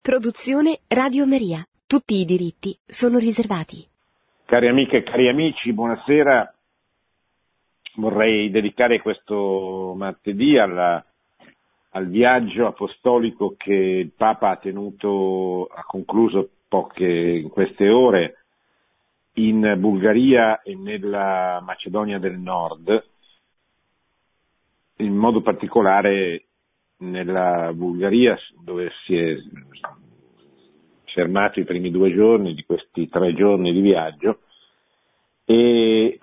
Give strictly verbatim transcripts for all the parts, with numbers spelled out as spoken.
Produzione Radio Maria. Tutti i diritti sono riservati. Cari amiche e cari amici, buonasera. Vorrei dedicare questo martedì alla, al viaggio apostolico che il Papa ha tenuto, ha concluso poche in queste ore in Bulgaria e nella Macedonia del Nord, in modo particolare nella Bulgaria, dove si è fermato i primi due giorni di questi tre giorni di viaggio, e,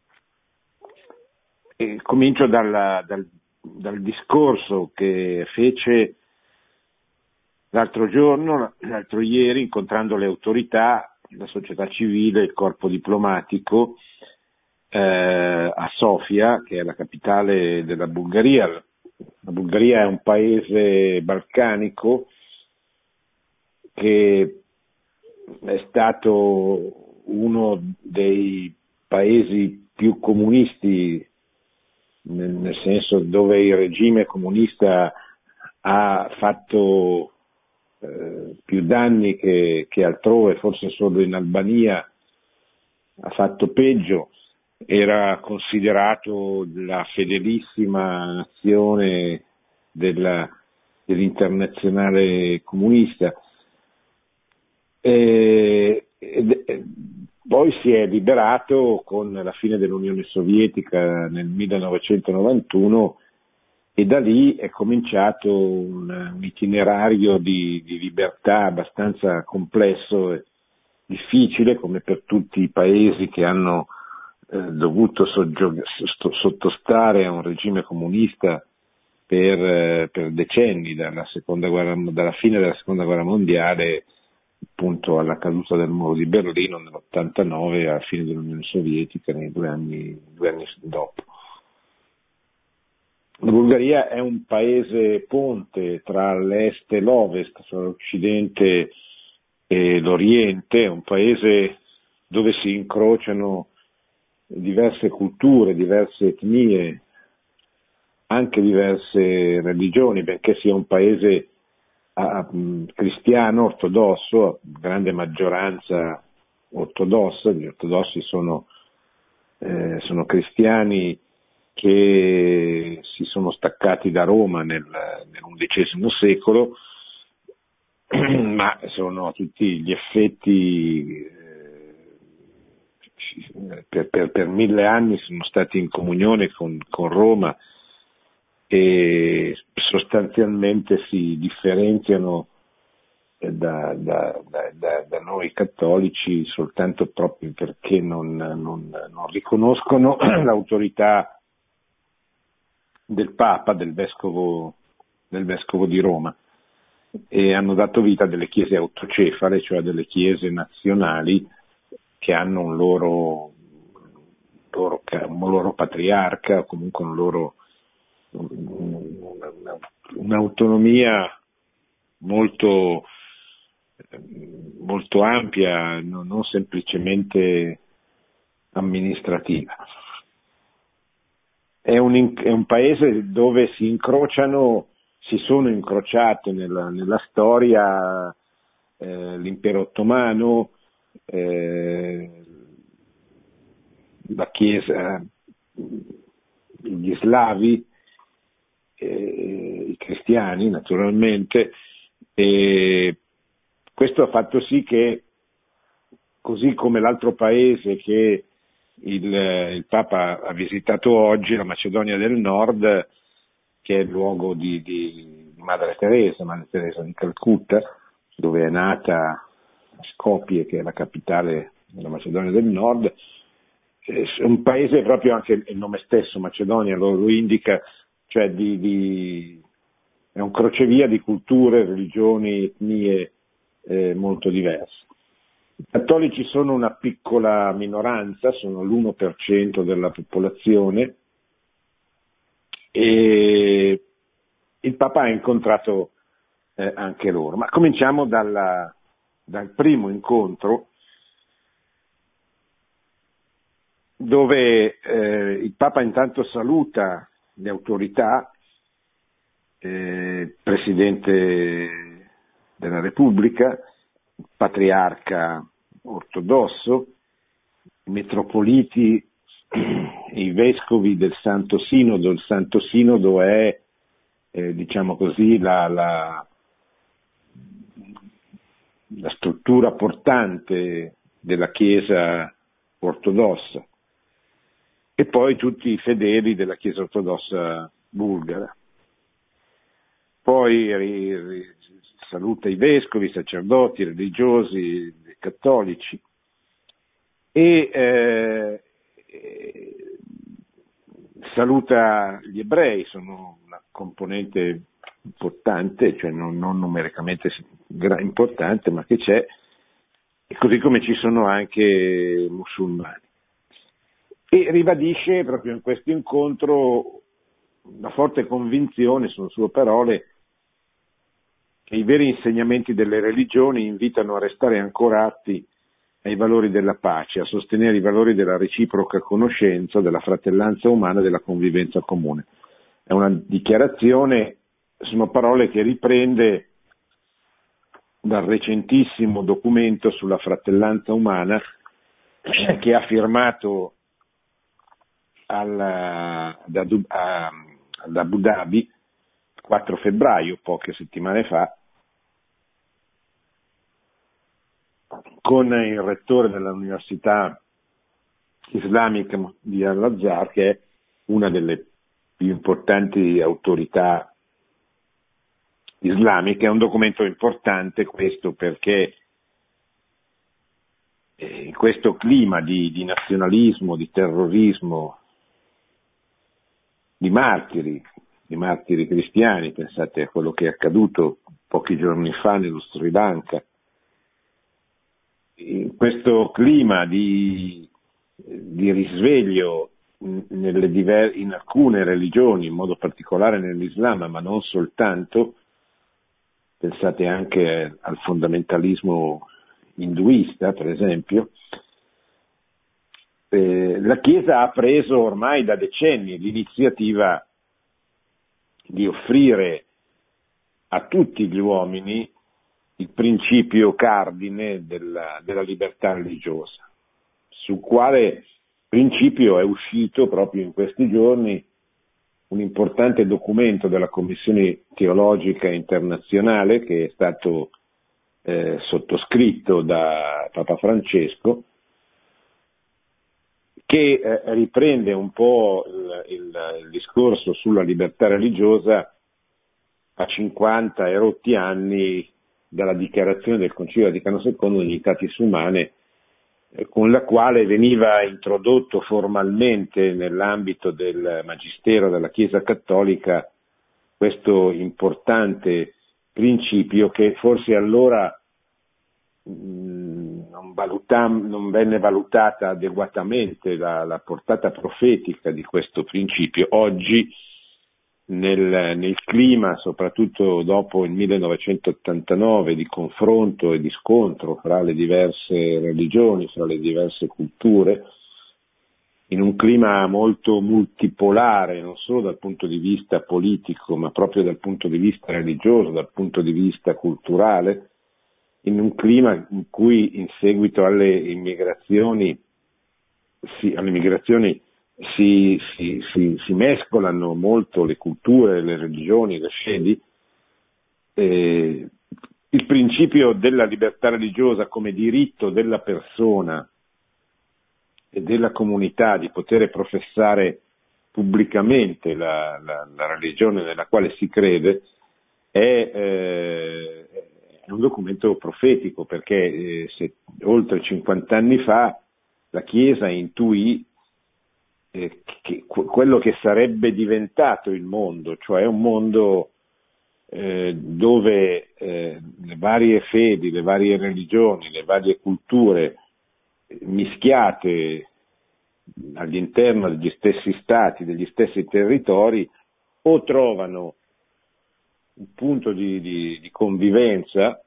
e comincio dalla, dal, dal discorso che fece l'altro giorno, l'altro ieri, incontrando le autorità, la società civile, il corpo diplomatico eh, a Sofia, che è la capitale della Bulgaria. La Bulgaria è un paese balcanico che è stato uno dei paesi più comunisti, nel, nel senso dove il regime comunista ha fatto eh, più danni che, che altrove, forse solo in Albania ha fatto peggio. Era considerato la fedelissima nazione della, dell'internazionale comunista. E, e, e poi si è liberato con la fine dell'Unione Sovietica nel millenovecentonovantuno e da lì è cominciato un, un itinerario di, di libertà abbastanza complesso e difficile, come per tutti i paesi che hanno eh, dovuto soggio- sottostare a un regime comunista per, eh, per decenni, dalla, seconda guerra, dalla fine della seconda guerra mondiale appunto alla caduta del muro di Berlino nell'ottantanove, alla fine dell'Unione Sovietica nei due anni, due anni dopo. La Bulgaria è un paese ponte tra l'est e l'ovest, tra l'occidente e l'oriente, è un paese dove si incrociano diverse culture, diverse etnie, anche diverse religioni, benché sia un paese a, um, cristiano, ortodosso, grande maggioranza ortodossa. Gli ortodossi sono, eh, sono cristiani che si sono staccati da Roma nel, nell'undicesimo secolo, ma sono tutti gli effetti, eh, per, per, per mille anni sono stati in comunione con, con Roma e sostanzialmente si differenziano da, da, da, da noi cattolici soltanto proprio perché non, non, non riconoscono l'autorità del Papa, del vescovo, del vescovo di Roma, e hanno dato vita a delle chiese autocefale, cioè delle chiese nazionali che hanno un loro, loro, un loro patriarca o comunque un loro un'autonomia molto, molto ampia, non semplicemente amministrativa. È un, è un paese dove si incrociano, si sono incrociate nella, nella storia eh, l'impero ottomano, eh, la Chiesa, gli slavi, Eh, i cristiani naturalmente, e questo ha fatto sì che, così come l'altro paese che il, il Papa ha visitato oggi, la Macedonia del Nord, che è il luogo di, di Madre Teresa, Madre Teresa di Calcutta, dove è nata Skopje, che è la capitale della Macedonia del Nord, è un paese, proprio anche il nome stesso, Macedonia, lo, lo indica, cioè di, di, è un crocevia di culture, religioni, etnie eh, molto diverse. I cattolici sono una piccola minoranza, sono l'uno per cento della popolazione, e il Papa ha incontrato eh, anche loro. Ma cominciamo dalla, dal primo incontro, dove eh, il Papa intanto saluta le autorità, eh, il presidente della Repubblica, patriarca ortodosso, metropoliti, i vescovi del Santo Sinodo. Il Santo Sinodo è, eh, diciamo così, la, la, la struttura portante della Chiesa ortodossa, e poi tutti i fedeli della Chiesa ortodossa bulgara. Poi ri, ri, saluta i vescovi, i sacerdoti, i religiosi, i cattolici, e eh, saluta gli ebrei, sono una componente importante, cioè non, non numericamente importante, ma che c'è, così come ci sono anche musulmani. E ribadisce proprio in questo incontro una forte convinzione, sono sue parole, che i veri insegnamenti delle religioni invitano a restare ancorati ai valori della pace, a sostenere i valori della reciproca conoscenza, della fratellanza umana e della convivenza comune. È una dichiarazione, sono parole che riprende dal recentissimo documento sulla fratellanza umana che ha firmato al, ad, a, ad Abu Dhabi il quattro febbraio, poche settimane fa, con il rettore dell'Università Islamica di Al-Azhar, che è una delle più importanti autorità islamiche. È un documento importante questo perché in questo clima di, di nazionalismo, di terrorismo, di martiri, di martiri cristiani, pensate a quello che è accaduto pochi giorni fa nello Sri Lanka, in questo clima di, di risveglio nelle diver- in alcune religioni, in modo particolare nell'Islam, ma non soltanto, pensate anche al fondamentalismo induista, per esempio, eh, la Chiesa ha preso ormai da decenni l'iniziativa di offrire a tutti gli uomini il principio cardine della, della libertà religiosa, sul quale principio è uscito proprio in questi giorni un importante documento della Commissione Teologica Internazionale che è stato eh, sottoscritto da Papa Francesco, che eh, riprende un po' il, il, il discorso sulla libertà religiosa a cinquanta e rotti anni dalla dichiarazione del Concilio Vaticano secondo Dignitatis Humanae, eh, con la quale veniva introdotto formalmente nell'ambito del Magistero della Chiesa Cattolica questo importante principio che forse allora mh, non, valutam- non venne valutata adeguatamente la, la portata profetica di questo principio. Oggi Nel, nel clima, soprattutto dopo il millenovecentottantanove, di confronto e di scontro fra le diverse religioni, fra le diverse culture, in un clima molto multipolare, non solo dal punto di vista politico, ma proprio dal punto di vista religioso, dal punto di vista culturale, in un clima in cui in seguito alle immigrazioni, sì, alle migrazioni Si, si, si, si mescolano molto le culture, le religioni, le fedi, eh, il principio della libertà religiosa come diritto della persona e della comunità di poter professare pubblicamente la, la, la religione nella quale si crede è, eh, è un documento profetico, perché eh, se, oltre cinquanta anni fa la Chiesa intuì Che, quello che sarebbe diventato il mondo, cioè un mondo eh, dove eh, le varie fedi, le varie religioni, le varie culture mischiate all'interno degli stessi stati, degli stessi territori, o trovano un punto di, di, di convivenza,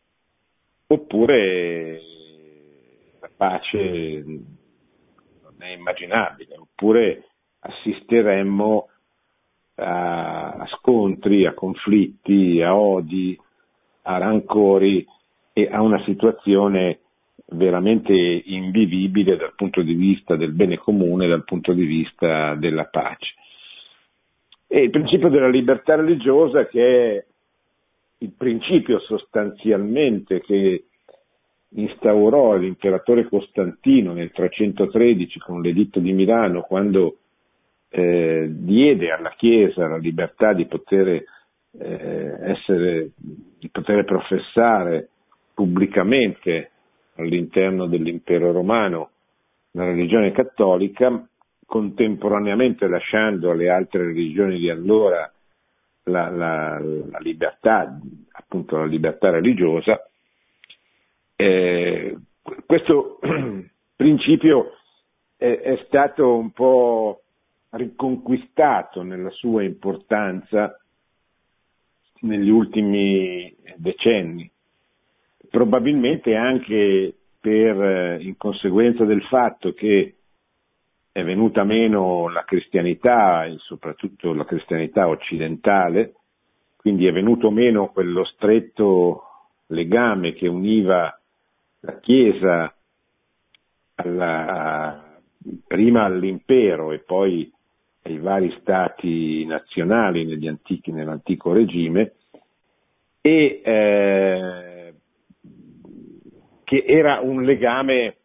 oppure la pace è immaginabile, oppure assisteremmo a, a scontri, a conflitti, a odi, a rancori e a una situazione veramente invivibile dal punto di vista del bene comune, dal punto di vista della pace. E il principio della libertà religiosa, che è il principio sostanzialmente che instaurò l'imperatore Costantino nel trecentotredici con l'editto di Milano, quando eh, diede alla Chiesa la libertà di poter eh, essere, di poter professare pubblicamente all'interno dell'impero romano la religione cattolica, contemporaneamente lasciando alle altre religioni di allora la, la, la libertà, appunto la libertà religiosa. Eh, questo principio è, è stato un po' riconquistato nella sua importanza negli ultimi decenni, probabilmente anche per, in conseguenza del fatto che è venuta meno la cristianità, e soprattutto la cristianità occidentale, quindi è venuto meno quello stretto legame che univa la Chiesa alla, prima all'impero e poi ai vari stati nazionali negli antichi, nell'antico regime, e eh, che era un legame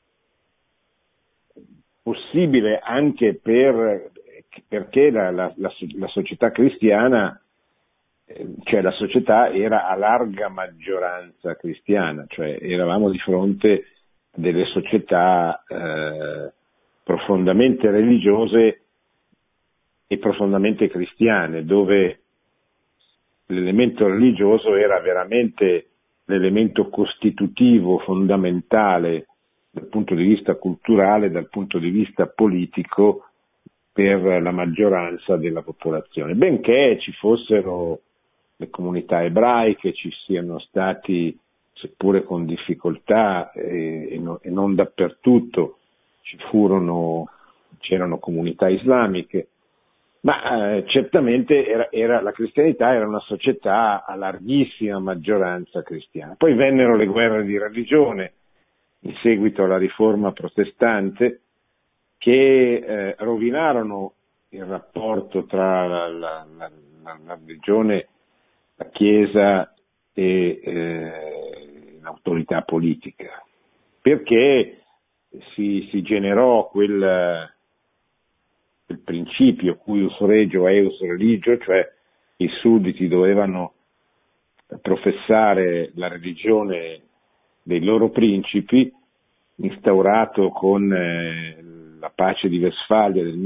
possibile anche per, perché la, la, la, la società cristiana, cioè la società era a larga maggioranza cristiana, cioè eravamo di fronte a delle società eh, profondamente religiose e profondamente cristiane, dove l'elemento religioso era veramente l'elemento costitutivo fondamentale dal punto di vista culturale, dal punto di vista politico per la maggioranza della popolazione, benché ci fossero le comunità ebraiche, ci siano stati, seppure con difficoltà e, e, no, e non dappertutto, ci furono, c'erano comunità islamiche, ma eh, certamente era, era, la cristianità era una società a larghissima maggioranza cristiana. Poi vennero le guerre di religione in seguito alla riforma protestante, che eh, rovinarono il rapporto tra la, la, la, la religione, la Chiesa e eh, l'autorità politica, perché si, si generò quel, quel principio cuius regio eius religio, cioè i sudditi dovevano professare la religione dei loro principi, instaurato con eh, la pace di Westfalia del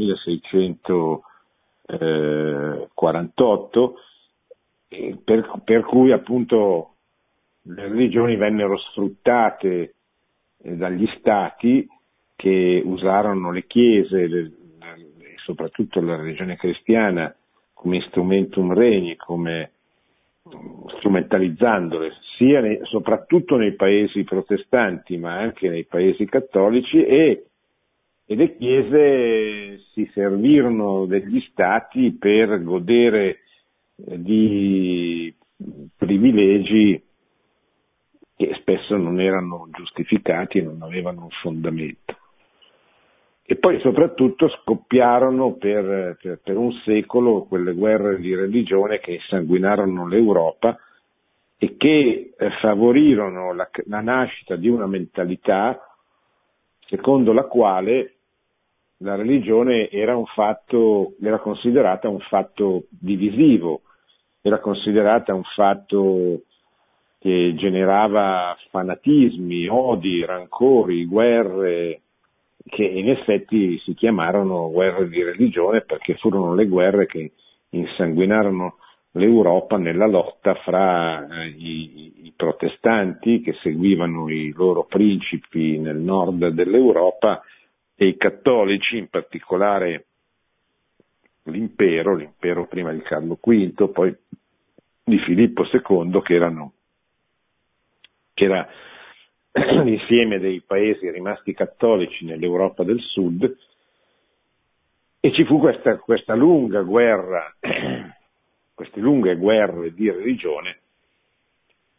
milleseicentoquarantotto, eh, per, per cui appunto le religioni vennero sfruttate eh, dagli stati, che usarono le chiese, le, le, soprattutto la religione cristiana, come instrumentum regni, come strumentalizzandole sia nei, soprattutto nei paesi protestanti ma anche nei paesi cattolici, e, e le chiese si servirono degli stati per godere eh, di privilegi che spesso non erano giustificati e non avevano un fondamento. E poi soprattutto scoppiarono per, per, per un secolo quelle guerre di religione che insanguinarono l'Europa e che eh, favorirono la, la nascita di una mentalità secondo la quale la religione era un fatto, era considerata un fatto divisivo, era considerata un fatto che generava fanatismi, odi, rancori, guerre, che in effetti si chiamarono guerre di religione perché furono le guerre che insanguinarono l'Europa nella lotta fra eh, i, i protestanti che seguivano i loro principi nel nord dell'Europa e i cattolici, in particolare l'impero, l'impero prima di Carlo quinto, poi di Filippo secondo, che erano che era l'insieme dei paesi rimasti cattolici nell'Europa del Sud, e ci fu questa, questa lunga guerra, queste lunghe guerre di religione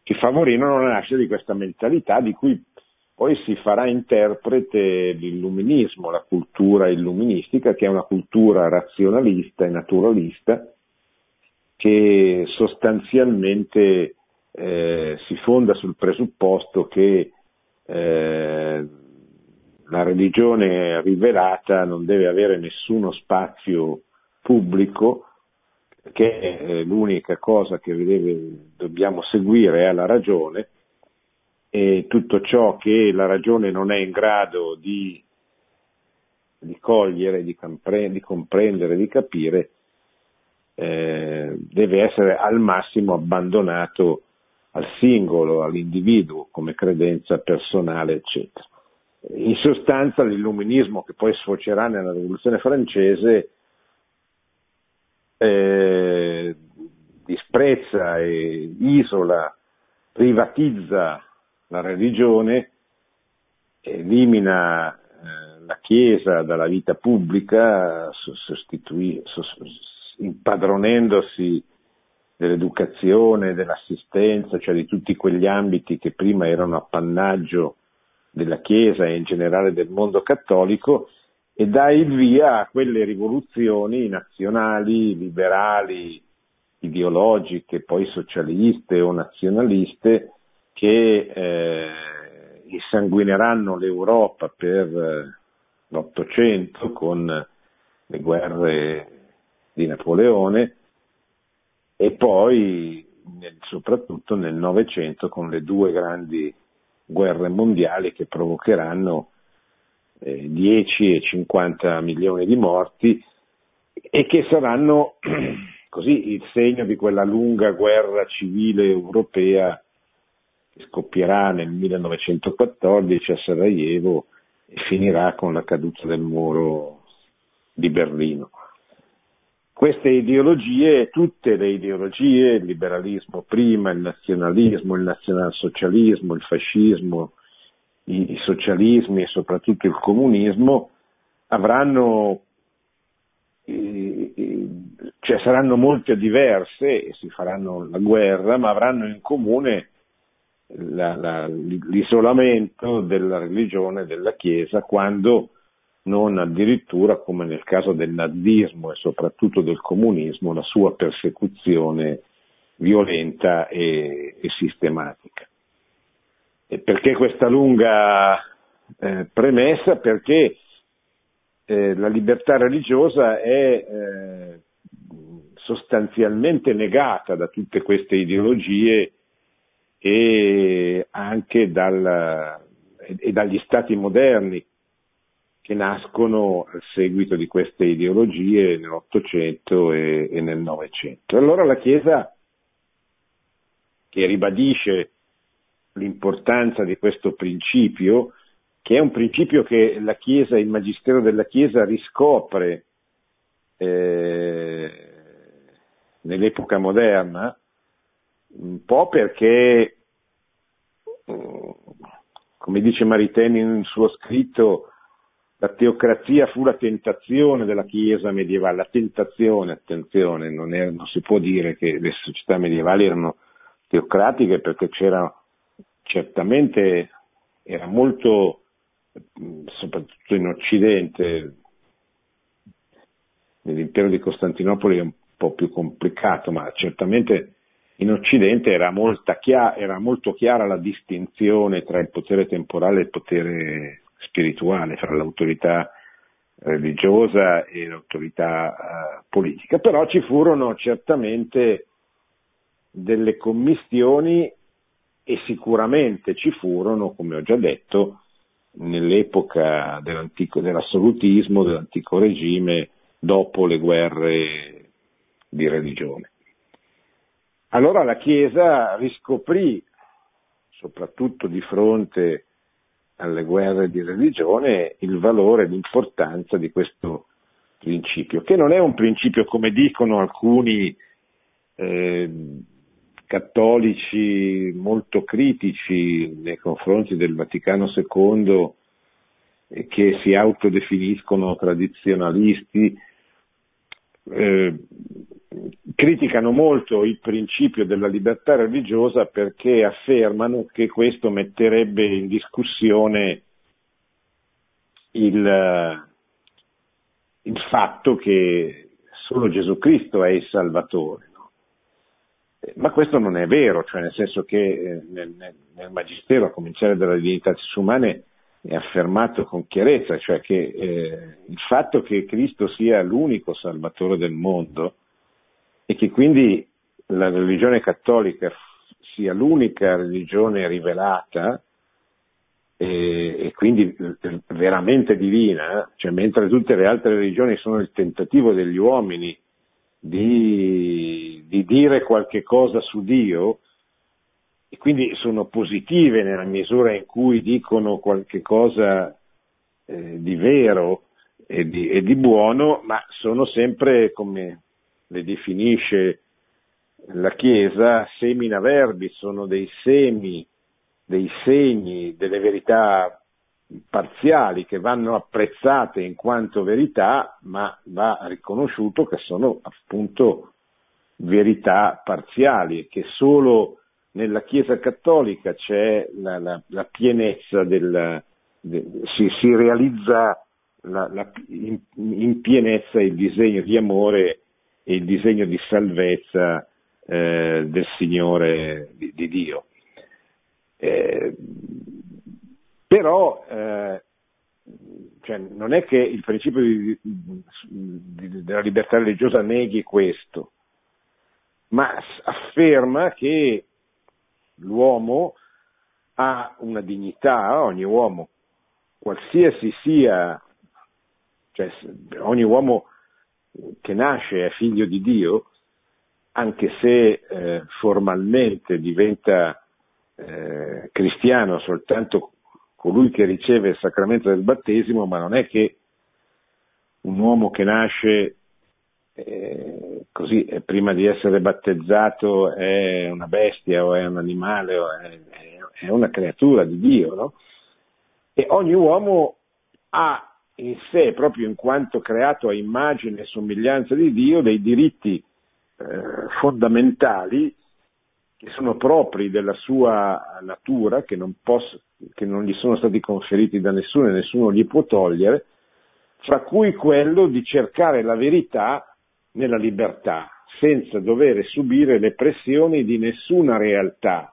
che favorirono la nascita di questa mentalità di cui poi si farà interprete l'illuminismo, la cultura illuministica, che è una cultura razionalista e naturalista che sostanzialmente eh, si fonda sul presupposto che eh, la religione rivelata non deve avere nessuno spazio pubblico, che è l'unica cosa che deve, dobbiamo seguire è la ragione, e tutto ciò che la ragione non è in grado di, di cogliere, di, compre- di comprendere, di capire, eh, deve essere al massimo abbandonato al singolo, all'individuo, come credenza personale, eccetera. In sostanza l'illuminismo, che poi sfocerà nella rivoluzione francese, eh, disprezza e isola, privatizza la religione, elimina eh, la Chiesa dalla vita pubblica, sostituì, impadronendosi dell'educazione, dell'assistenza, cioè di tutti quegli ambiti che prima erano appannaggio della Chiesa e in generale del mondo cattolico, e dà il via a quelle rivoluzioni nazionali, liberali, ideologiche, poi socialiste o nazionaliste, che eh, insanguineranno l'Europa per eh, l'Ottocento con le guerre di Napoleone e poi nel, soprattutto nel Novecento con le due grandi guerre mondiali che provocheranno eh, dieci e cinquanta milioni di morti e che saranno così il segno di quella lunga guerra civile europea che scoppierà nel millenovecentoquattordici a Sarajevo e finirà con la caduta del muro di Berlino. Queste ideologie, tutte le ideologie, il liberalismo prima, il nazionalismo, il nazionalsocialismo, il fascismo, i, i socialismi e soprattutto il comunismo, avranno, eh, eh, cioè saranno molto diverse e si faranno la guerra, ma avranno in comune la, la, l'isolamento della religione e della Chiesa, quando non addirittura, come nel caso del nazismo e soprattutto del comunismo, la sua persecuzione violenta e, e sistematica. E perché questa lunga eh, premessa? Perché eh, la libertà religiosa è eh, sostanzialmente negata da tutte queste ideologie e anche dal, e dagli stati moderni che nascono a seguito di queste ideologie nell'Ottocento e, e nel Novecento. Allora la Chiesa, che ribadisce l'importanza di questo principio, che è un principio che la Chiesa, il Magistero della Chiesa riscopre eh, nell'epoca moderna, un po' perché, come dice Maritain in un suo scritto, la teocrazia fu la tentazione della Chiesa medievale, la tentazione, attenzione, non, è, non si può dire che le società medievali erano teocratiche, perché c'era certamente, era molto, soprattutto in Occidente, nell'impero di Costantinopoli è un po' più complicato, ma certamente in Occidente era, molta chia- era molto chiara la distinzione tra il potere temporale e il potere spirituale, fra l'autorità religiosa e l'autorità uh, politica. Però ci furono certamente delle commistioni e sicuramente ci furono, come ho già detto, nell'epoca dell'antico, dell'assolutismo, dell'antico regime, dopo le guerre di religione. Allora la Chiesa riscoprì, soprattutto di fronte alle guerre di religione, il valore e l'importanza di questo principio, che non è un principio, come dicono alcuni eh, cattolici molto critici nei confronti del Vaticano secondo, eh, che si autodefiniscono tradizionalisti. Eh, criticano molto il principio della libertà religiosa perché affermano che questo metterebbe in discussione il, il fatto che solo Gesù Cristo è il Salvatore. No? Ma questo non è vero, cioè nel senso che nel, nel Magistero, a cominciare dalle Divinitatis Humanae, è affermato con chiarezza, cioè che eh, il fatto che Cristo sia l'unico Salvatore del mondo e che quindi la religione cattolica sia l'unica religione rivelata e, e quindi veramente divina, cioè mentre tutte le altre religioni sono il tentativo degli uomini di, di dire qualche cosa su Dio, e quindi sono positive nella misura in cui dicono qualche cosa eh, di vero e di, e di buono, ma sono sempre, come le definisce la Chiesa, semina verbi, sono dei semi, dei segni, delle verità parziali che vanno apprezzate in quanto verità, ma va riconosciuto che sono appunto verità parziali, che solo nella Chiesa cattolica c'è la, la, la pienezza del, de, si, si realizza la, la, in, in pienezza il disegno di amore e il disegno di salvezza eh, del Signore di, di Dio. Eh, però eh, cioè, non è che il principio di, di, della libertà religiosa neghi questo, ma afferma che l'uomo ha una dignità, ogni uomo, qualsiasi sia, cioè ogni uomo che nasce è figlio di Dio, anche se eh, formalmente diventa eh, cristiano soltanto colui che riceve il sacramento del battesimo, ma non è che un uomo che nasce eh, così eh, prima di essere battezzato è una bestia o è un animale o è, è una creatura di Dio, no? E ogni uomo ha in sé, proprio in quanto creato a immagine e somiglianza di Dio, dei diritti eh, fondamentali che sono propri della sua natura, che non, posso, che non gli sono stati conferiti da nessuno e nessuno gli può togliere, fra cui quello di cercare la verità nella libertà, senza dover subire le pressioni di nessuna realtà,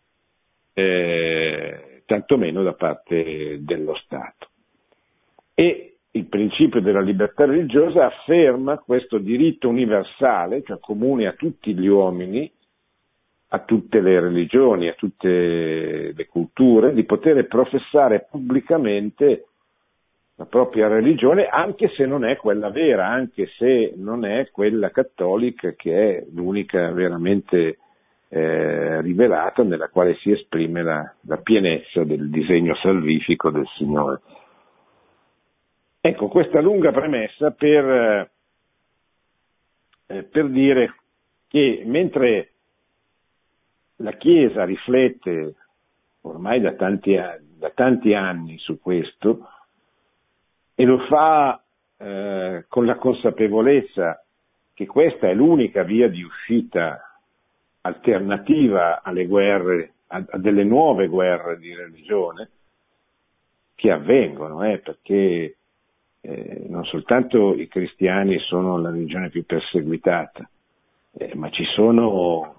eh, tantomeno da parte dello Stato. E il principio della libertà religiosa afferma questo diritto universale, cioè comune a tutti gli uomini, a tutte le religioni, a tutte le culture, di poter professare pubblicamente la propria religione, anche se non è quella vera, anche se non è quella cattolica, che è l'unica veramente eh, rivelata, nella quale si esprime la, la pienezza del disegno salvifico del Signore. Ecco, questa lunga premessa per, eh, per dire che mentre la Chiesa riflette ormai da tanti, da tanti anni su questo, e lo fa eh, con la consapevolezza che questa è l'unica via di uscita alternativa alle guerre, a, a delle nuove guerre di religione che avvengono, eh, perché eh, non soltanto i cristiani sono la religione più perseguitata, eh, ma ci sono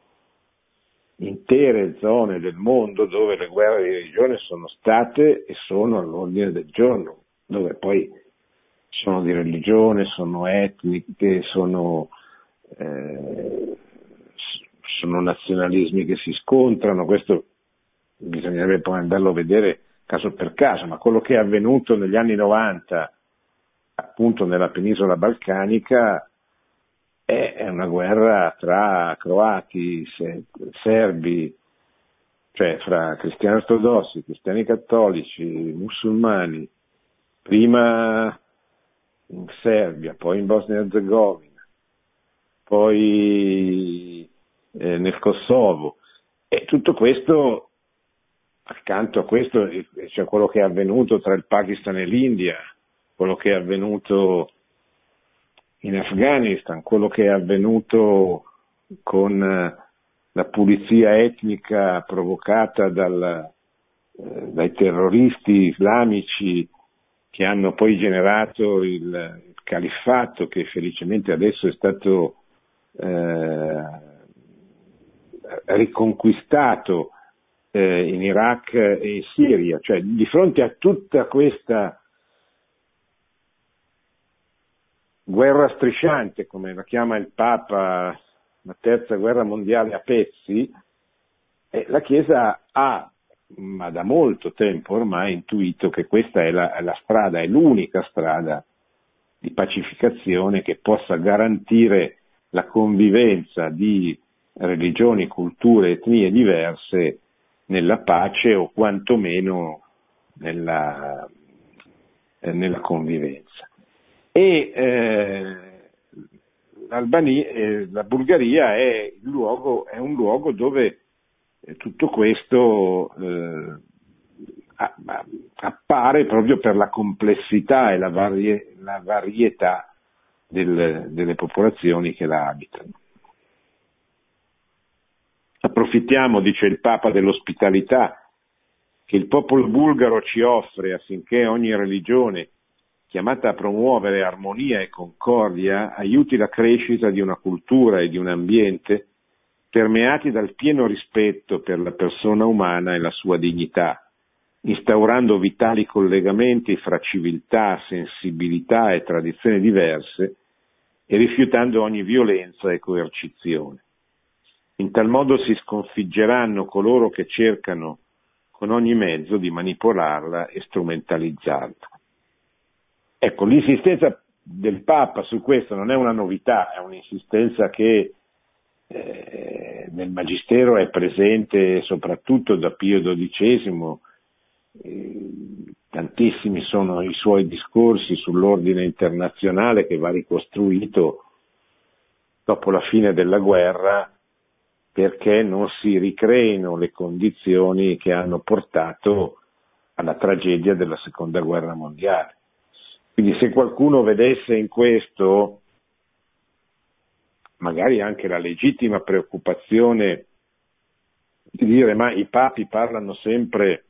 intere zone del mondo dove le guerre di religione sono state e sono all'ordine del giorno, dove poi sono di religione, sono etniche, sono, eh, sono nazionalismi che si scontrano. Questo bisognerebbe poi andarlo a vedere caso per caso, ma quello che è avvenuto negli anni novanta appunto nella penisola balcanica è una guerra tra croati, serbi, cioè fra cristiani ortodossi, cristiani cattolici, musulmani, prima in Serbia, poi in Bosnia e Herzegovina, poi eh, nel Kosovo, e tutto questo, accanto a questo c'è quello che è avvenuto tra il Pakistan e l'India, quello che è avvenuto in Afghanistan, quello che è avvenuto con la pulizia etnica provocata dal, eh, dai terroristi islamici che hanno poi generato il, il califfato, che felicemente adesso è stato eh, riconquistato eh, in Iraq e in Siria. Cioè, di fronte a tutta questa guerra strisciante, come la chiama il Papa, la terza guerra mondiale a pezzi, eh, la Chiesa ha, ma da molto tempo ormai, intuito che questa è la, è la strada, è l'unica strada di pacificazione che possa garantire la convivenza di religioni, culture, etnie diverse nella pace o quantomeno nella, eh, nella convivenza. E eh, l'Albania, eh, la Bulgaria è, il luogo, è un luogo dove eh, tutto questo eh, a, a, appare proprio per la complessità e la, varie, la varietà del, delle popolazioni che la abitano. Approfittiamo, dice il Papa, dell'ospitalità che il popolo bulgaro ci offre affinché ogni religione chiamata a promuovere armonia e concordia, aiuti la crescita di una cultura e di un ambiente permeati dal pieno rispetto per la persona umana e la sua dignità, instaurando vitali collegamenti fra civiltà, sensibilità e tradizioni diverse e rifiutando ogni violenza e coercizione. In tal modo si sconfiggeranno coloro che cercano con ogni mezzo di manipolarla e strumentalizzarla. Ecco, l'insistenza del Papa su questo non è una novità, è un'insistenza che eh, nel Magistero è presente soprattutto da Pio dodicesimo, eh, tantissimi sono i suoi discorsi sull'ordine internazionale che va ricostruito dopo la fine della guerra perché non si ricreino le condizioni che hanno portato alla tragedia della Seconda Guerra Mondiale. Quindi se qualcuno vedesse in questo magari anche la legittima preoccupazione di dire ma i papi parlano sempre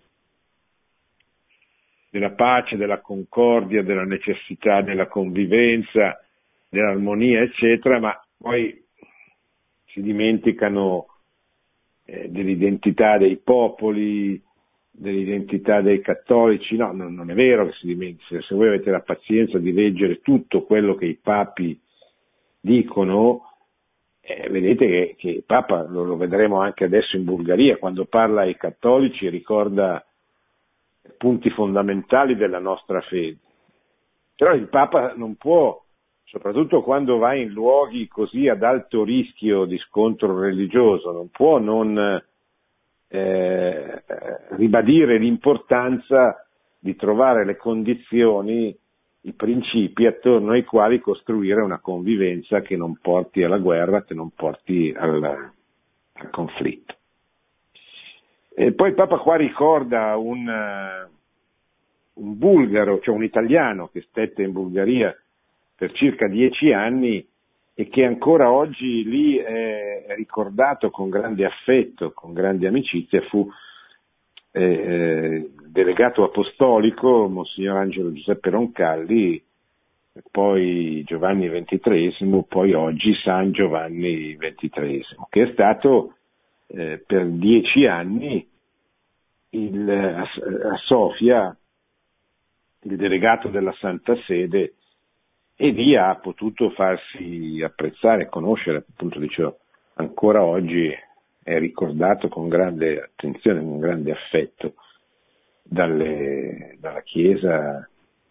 della pace, della concordia, della necessità della convivenza, dell'armonia, eccetera, ma poi si dimenticano eh, dell'identità dei popoli, dell'identità dei cattolici. No, non, non è vero che si dimentica. Se voi avete la pazienza di leggere tutto quello che i papi dicono, eh, vedete che, che il Papa, lo, lo vedremo anche adesso in Bulgaria, quando parla ai cattolici ricorda punti fondamentali della nostra fede. Però il Papa non può, soprattutto quando va in luoghi così ad alto rischio di scontro religioso, non può non eh, ribadire l'importanza di trovare le condizioni, i principi attorno ai quali costruire una convivenza che non porti alla guerra, che non porti al, al conflitto. E poi il Papa qua ricorda un, un bulgaro, cioè un italiano che stette in Bulgaria per circa dieci anni e che ancora oggi lì è ricordato con grande affetto, con grande amicizia. Fu eh, delegato apostolico Monsignor Angelo Giuseppe Roncalli, poi Giovanni ventitreesimo, poi oggi San Giovanni ventitreesimo, che è stato eh, per dieci anni il, a, a Sofia il delegato della Santa Sede, e lì ha potuto farsi apprezzare e conoscere, appunto dicevo, ancora oggi è ricordato con grande attenzione, con grande affetto dalle, dalla Chiesa,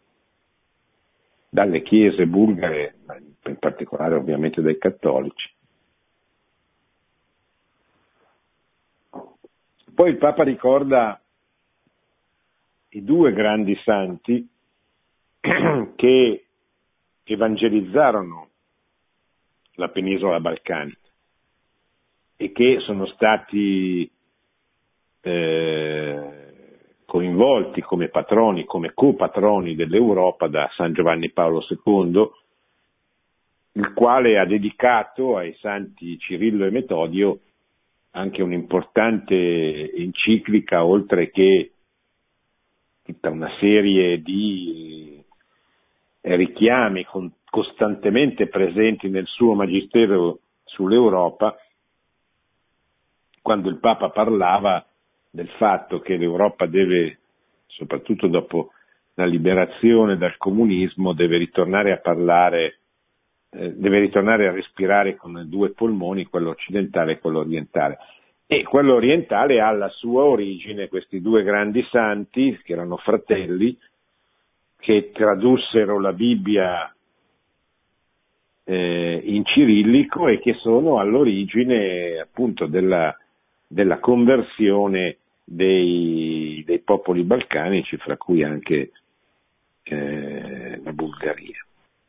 dalle chiese bulgare, in particolare ovviamente dai cattolici. Poi il Papa ricorda i due grandi santi che evangelizzarono la penisola balcanica e che sono stati eh, coinvolti come patroni, come copatroni dell'Europa da San Giovanni Paolo secondo, il quale ha dedicato ai santi Cirillo e Metodio anche un'importante enciclica, oltre che tutta una serie di richiami con, costantemente presenti nel suo magistero sull'Europa, quando il Papa parlava del fatto che l'Europa deve, soprattutto dopo la liberazione dal comunismo, deve ritornare a parlare, eh, deve ritornare a respirare con due polmoni, quello occidentale e quello orientale. E quello orientale ha la sua origine, questi due grandi santi, che erano fratelli, che tradussero la Bibbia eh, in cirillico e che sono all'origine appunto della, della conversione dei, dei popoli balcanici, fra cui anche eh, la Bulgaria.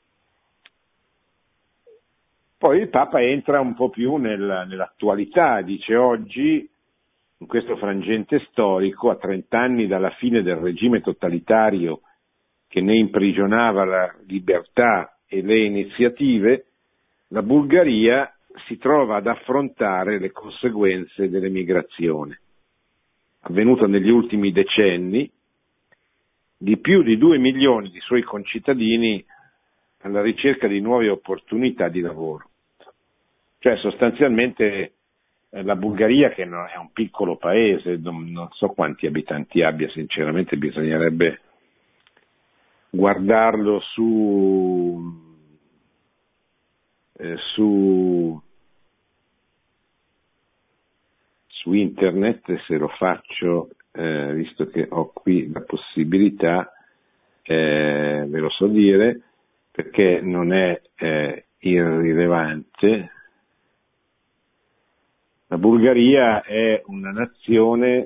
Poi il Papa entra un po' più nel, nell'attualità, dice: oggi, in questo frangente storico, a trent'anni dalla fine del regime totalitario che ne imprigionava la libertà e le iniziative, la Bulgaria si trova ad affrontare le conseguenze dell'emigrazione, avvenuta negli ultimi decenni, di più di due milioni di suoi concittadini alla ricerca di nuove opportunità di lavoro. Cioè sostanzialmente eh, la Bulgaria, che non è un piccolo paese, non, non so quanti abitanti abbia, sinceramente bisognerebbe guardarlo su, eh, su, su internet, se lo faccio, eh, visto che ho qui la possibilità, eh, ve lo so dire, perché non è eh, irrilevante. La Bulgaria è una nazione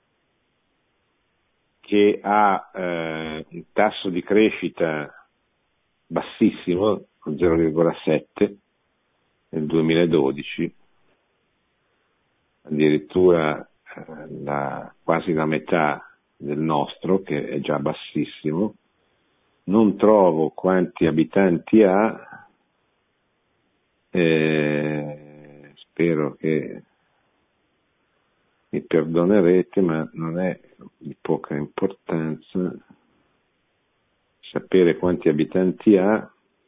che ha eh, un tasso di crescita bassissimo, zero virgola sette nel duemiladodici, addirittura eh, la, quasi la metà del nostro, che è già bassissimo. Non trovo quanti abitanti ha, eh, spero che mi perdonerete, ma non è di poca importanza sapere quanti abitanti ha.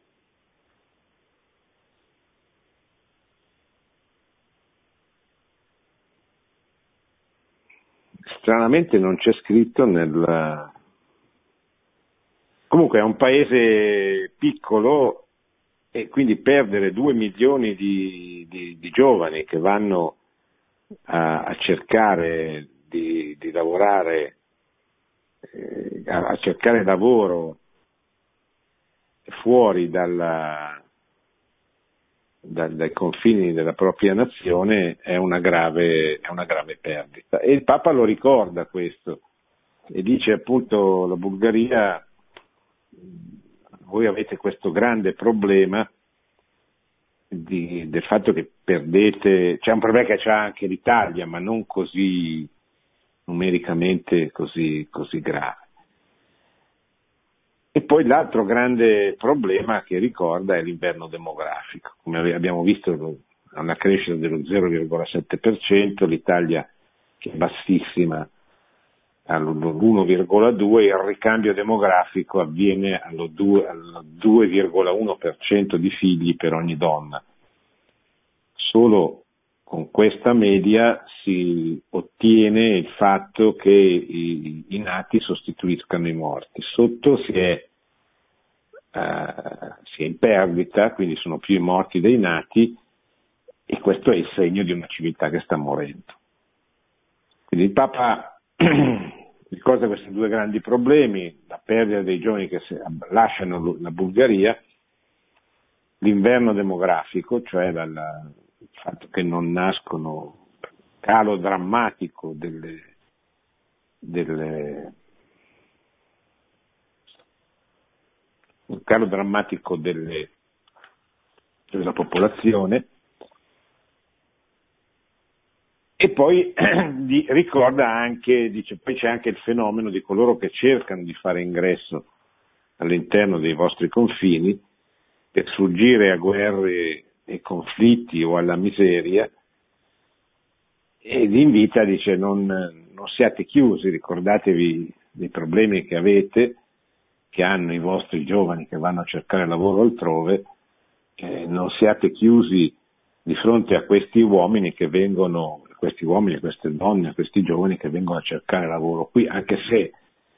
Stranamente non c'è scritto nel... Comunque è un paese piccolo e quindi perdere due milioni di, di, di giovani che vanno a, a cercare di, di lavorare, eh, a, a cercare lavoro fuori dalla, da, dai confini della propria nazione è una grave, è una grave perdita. E il Papa lo ricorda questo e dice appunto: la Bulgaria, voi avete questo grande problema di, del fatto che perdete, c'è un problema che c'ha anche l'Italia, ma non così numericamente così, così grave. E poi l'altro grande problema che ricorda è l'inverno demografico. Come abbiamo visto, ha una crescita dello zero virgola sette per cento, l'Italia che è bassissima all'uno virgola due, il ricambio demografico avviene allo due virgola uno per cento di figli per ogni donna. Solo con questa media si ottiene il fatto che i, i nati sostituiscano i morti. Sotto si è, uh, si è in perdita, quindi sono più i morti dei nati, e questo è il segno di una civiltà che sta morendo. Quindi il Papa ricorda questi due grandi problemi: la perdita dei giovani che lasciano la Bulgaria, l'inverno demografico, cioè dal, il fatto che non nascono, calo drammatico delle, delle un calo drammatico delle, della popolazione. E poi di, ricorda anche, dice, poi c'è anche il fenomeno di coloro che cercano di fare ingresso all'interno dei vostri confini, per sfuggire a guerre e conflitti o alla miseria, e vi invita, dice, non, non siate chiusi, ricordatevi dei problemi che avete, che hanno i vostri giovani che vanno a cercare lavoro altrove, eh, non siate chiusi di fronte a questi uomini che vengono, questi uomini, queste donne, questi giovani che vengono a cercare lavoro qui, anche se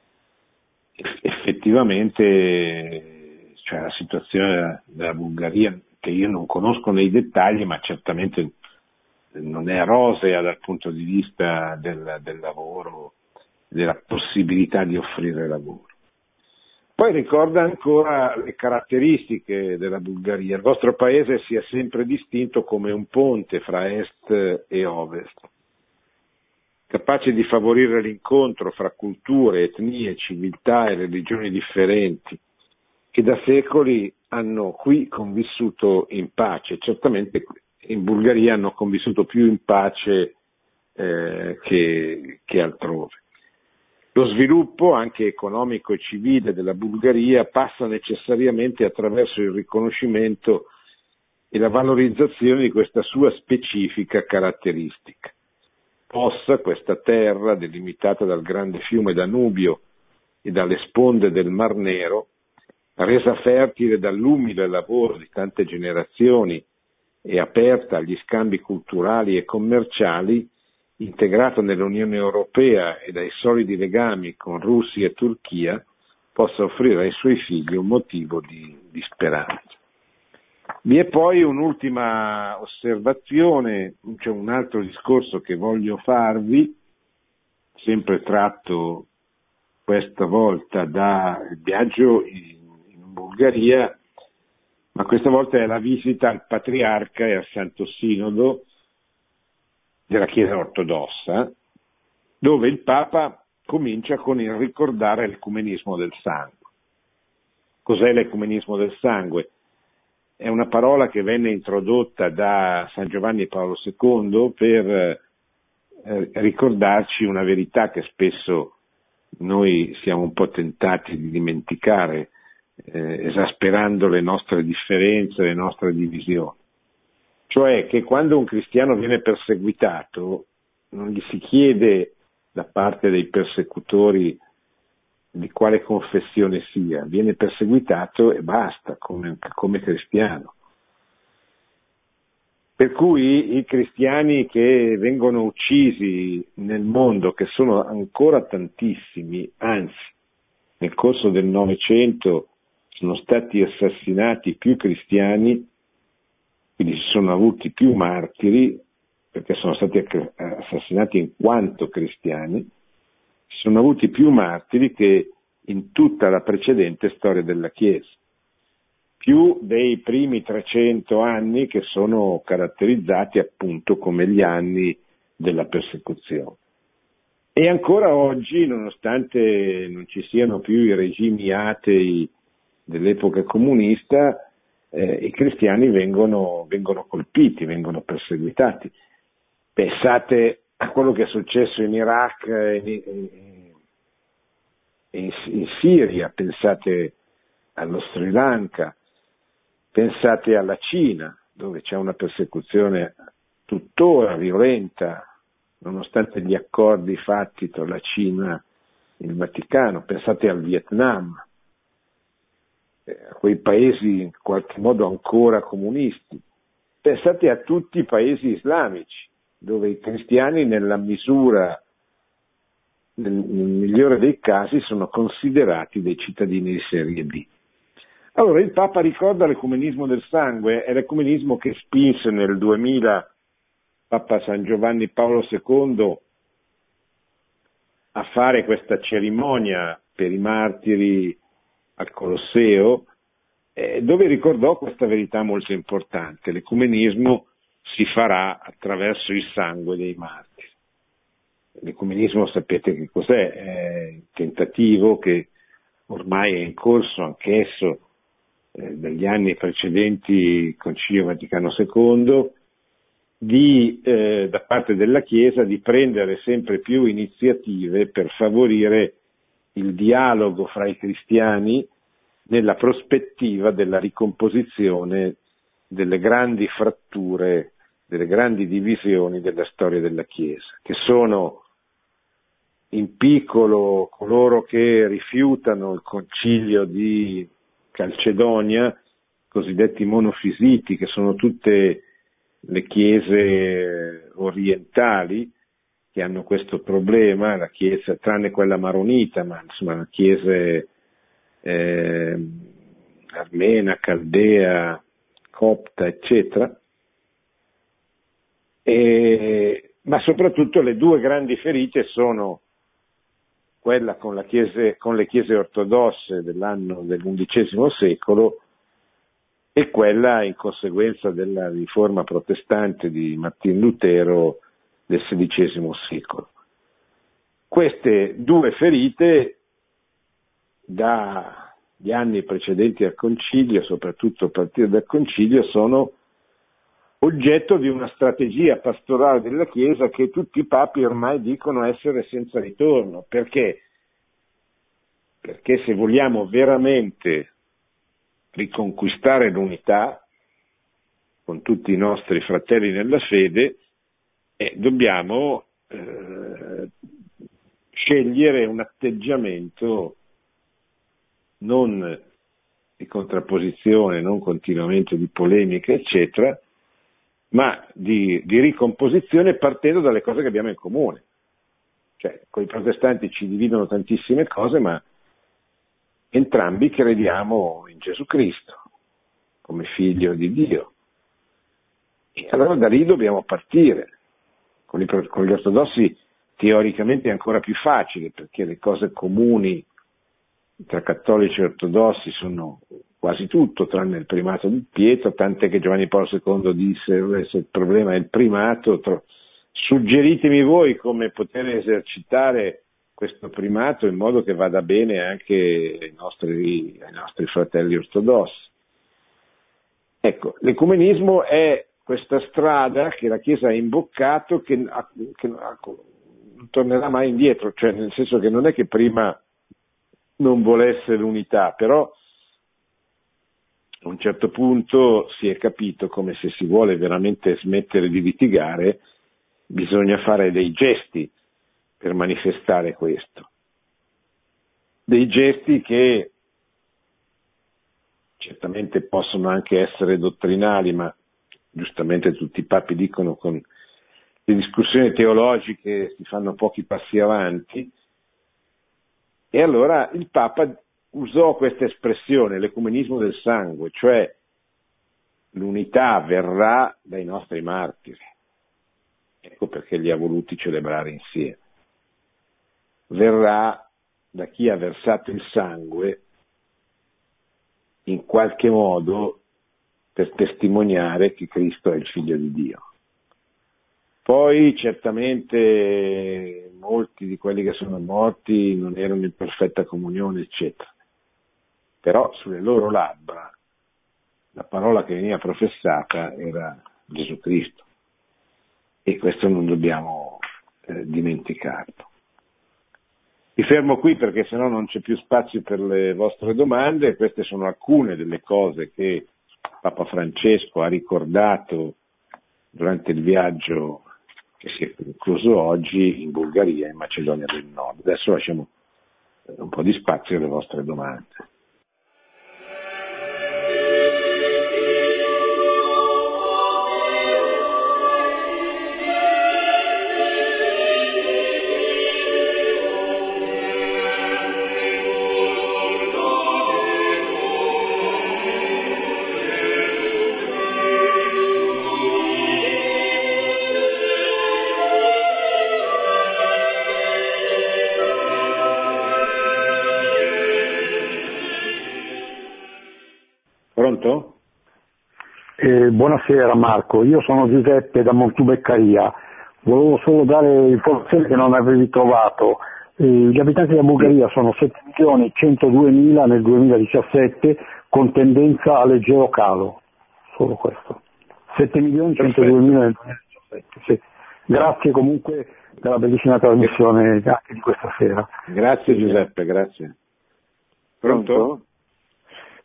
effettivamente cioè, la situazione della, della Bulgaria, che io non conosco nei dettagli, ma certamente non è rosea dal punto di vista del, del lavoro, della possibilità di offrire lavoro. Poi ricorda ancora le caratteristiche della Bulgaria. Il vostro paese si è sempre distinto come un ponte fra est e ovest, capace di favorire l'incontro fra culture, etnie, civiltà e religioni differenti, che da secoli hanno qui convissuto in pace. Certamente in Bulgaria hanno convissuto più in pace eh, che, che altrove. Lo sviluppo, anche economico e civile, della Bulgaria passa necessariamente attraverso il riconoscimento e la valorizzazione di questa sua specifica caratteristica. Possa questa terra, delimitata dal grande fiume Danubio e dalle sponde del Mar Nero, resa fertile dall'umile lavoro di tante generazioni e aperta agli scambi culturali e commerciali, integrata nell'Unione Europea e dai solidi legami con Russia e Turchia, possa offrire ai suoi figli un motivo di, di speranza. Vi è poi un'ultima osservazione, c'è un altro discorso che voglio farvi, sempre tratto questa volta dal viaggio in, in Bulgaria, ma questa volta è la visita al Patriarca e al Santo Sinodo della Chiesa Ortodossa, dove il Papa comincia con il ricordare l'ecumenismo del sangue. Cos'è l'ecumenismo del sangue? È una parola che venne introdotta da San Giovanni Paolo secondo per eh, ricordarci una verità che spesso noi siamo un po' tentati di dimenticare, eh, esasperando le nostre differenze, le nostre divisioni. Cioè che quando un cristiano viene perseguitato non gli si chiede da parte dei persecutori di quale confessione sia, viene perseguitato e basta, come, come cristiano. Per cui i cristiani che vengono uccisi nel mondo, che sono ancora tantissimi, anzi nel corso del Novecento sono stati assassinati più cristiani, quindi si sono avuti più martiri, perché sono stati assassinati in quanto cristiani, si sono avuti più martiri che in tutta la precedente storia della Chiesa, più dei primi trecento anni che sono caratterizzati appunto come gli anni della persecuzione. E ancora oggi, nonostante non ci siano più i regimi atei dell'epoca comunista, Eh, i cristiani vengono, vengono colpiti, vengono perseguitati. Pensate a quello che è successo in Iraq e in, in, in Siria, pensate allo Sri Lanka, pensate alla Cina, dove c'è una persecuzione tuttora violenta, nonostante gli accordi fatti tra la Cina e il Vaticano, pensate al Vietnam, a quei paesi in qualche modo ancora comunisti. Pensate a tutti i paesi islamici, dove i cristiani nella misura, nel, nel migliore dei casi, sono considerati dei cittadini di serie B. Allora il Papa ricorda l'ecumenismo del sangue, è l'ecumenismo che spinse nel duemila Papa San Giovanni Paolo secondo a fare questa cerimonia per i martiri al Colosseo, eh, dove ricordò questa verità molto importante: l'ecumenismo si farà attraverso il sangue dei martiri. L'ecumenismo sapete che cos'è? È il tentativo che ormai è in corso anch'esso eh, dagli anni precedenti il Concilio Vaticano secondo, di, eh, da parte della Chiesa di prendere sempre più iniziative per favorire il dialogo fra i cristiani, nella prospettiva della ricomposizione delle grandi fratture, delle grandi divisioni della storia della Chiesa, che sono in piccolo coloro che rifiutano il concilio di Calcedonia, cosiddetti monofisiti, che sono tutte le chiese orientali che hanno questo problema, la chiesa, tranne quella maronita, ma insomma la chiesa eh, armena, caldea, copta, eccetera, e, ma soprattutto le due grandi ferite sono quella con, la chiese, con le chiese ortodosse dell'anno dell'undicesimo secolo e quella in conseguenza della riforma protestante di Martin Lutero del sedicesimo secolo. Queste due ferite, dagli anni precedenti al concilio, soprattutto a partire dal concilio, sono oggetto di una strategia pastorale della Chiesa che tutti i papi ormai dicono essere senza ritorno. Perché? Perché se vogliamo veramente riconquistare l'unità con tutti i nostri fratelli nella fede, eh, dobbiamo eh, scegliere un atteggiamento non di contrapposizione, non continuamente di polemica, eccetera, ma di, di ricomposizione partendo dalle cose che abbiamo in comune. Cioè, con i protestanti ci dividono tantissime cose, ma entrambi crediamo in Gesù Cristo come figlio di Dio. E allora da lì dobbiamo partire. Con, i, con gli ortodossi teoricamente è ancora più facile, perché le cose comuni tra cattolici e ortodossi sono quasi tutto, tranne il primato di Pietro, tant'è che Giovanni Paolo secondo disse: se il problema è il primato, tro- suggeritemi voi come poter esercitare questo primato in modo che vada bene anche ai nostri, ai nostri fratelli ortodossi. Ecco, l'ecumenismo è questa strada che la Chiesa ha imboccato, che, che non tornerà mai indietro, cioè nel senso che non è che prima non volesse l'unità, però a un certo punto si è capito come se si vuole veramente smettere di litigare bisogna fare dei gesti per manifestare questo, dei gesti che certamente possono anche essere dottrinali, ma giustamente tutti i papi dicono con le discussioni teologiche si fanno pochi passi avanti. E allora il Papa usò questa espressione, l'ecumenismo del sangue, cioè l'unità verrà dai nostri martiri. Ecco perché li ha voluti celebrare insieme. Verrà da chi ha versato il sangue in qualche modo per testimoniare che Cristo è il figlio di Dio. Poi certamente molti di quelli che sono morti non erano in perfetta comunione, eccetera. Però sulle loro labbra la parola che veniva professata era Gesù Cristo. E questo non dobbiamo eh, dimenticarlo. Mi fermo qui perché sennò non c'è più spazio per le vostre domande. Queste sono alcune delle cose che Papa Francesco ha ricordato durante il viaggio che si è concluso oggi in Bulgaria e in Macedonia del Nord. Adesso lasciamo un po' di spazio alle vostre domande. Pronto? Eh, buonasera Marco, io sono Giuseppe da Montubeccaria, volevo solo dare informazioni che non avevi trovato. Eh, gli abitanti della Bulgaria sono sette milioni centoduemila nel duemiladiciassette con tendenza a leggero calo, solo questo. sette milioni centoduemila nel duemiladiciassette, sì. Grazie comunque della bellissima trasmissione anche di questa sera. Grazie Giuseppe, grazie. Pronto?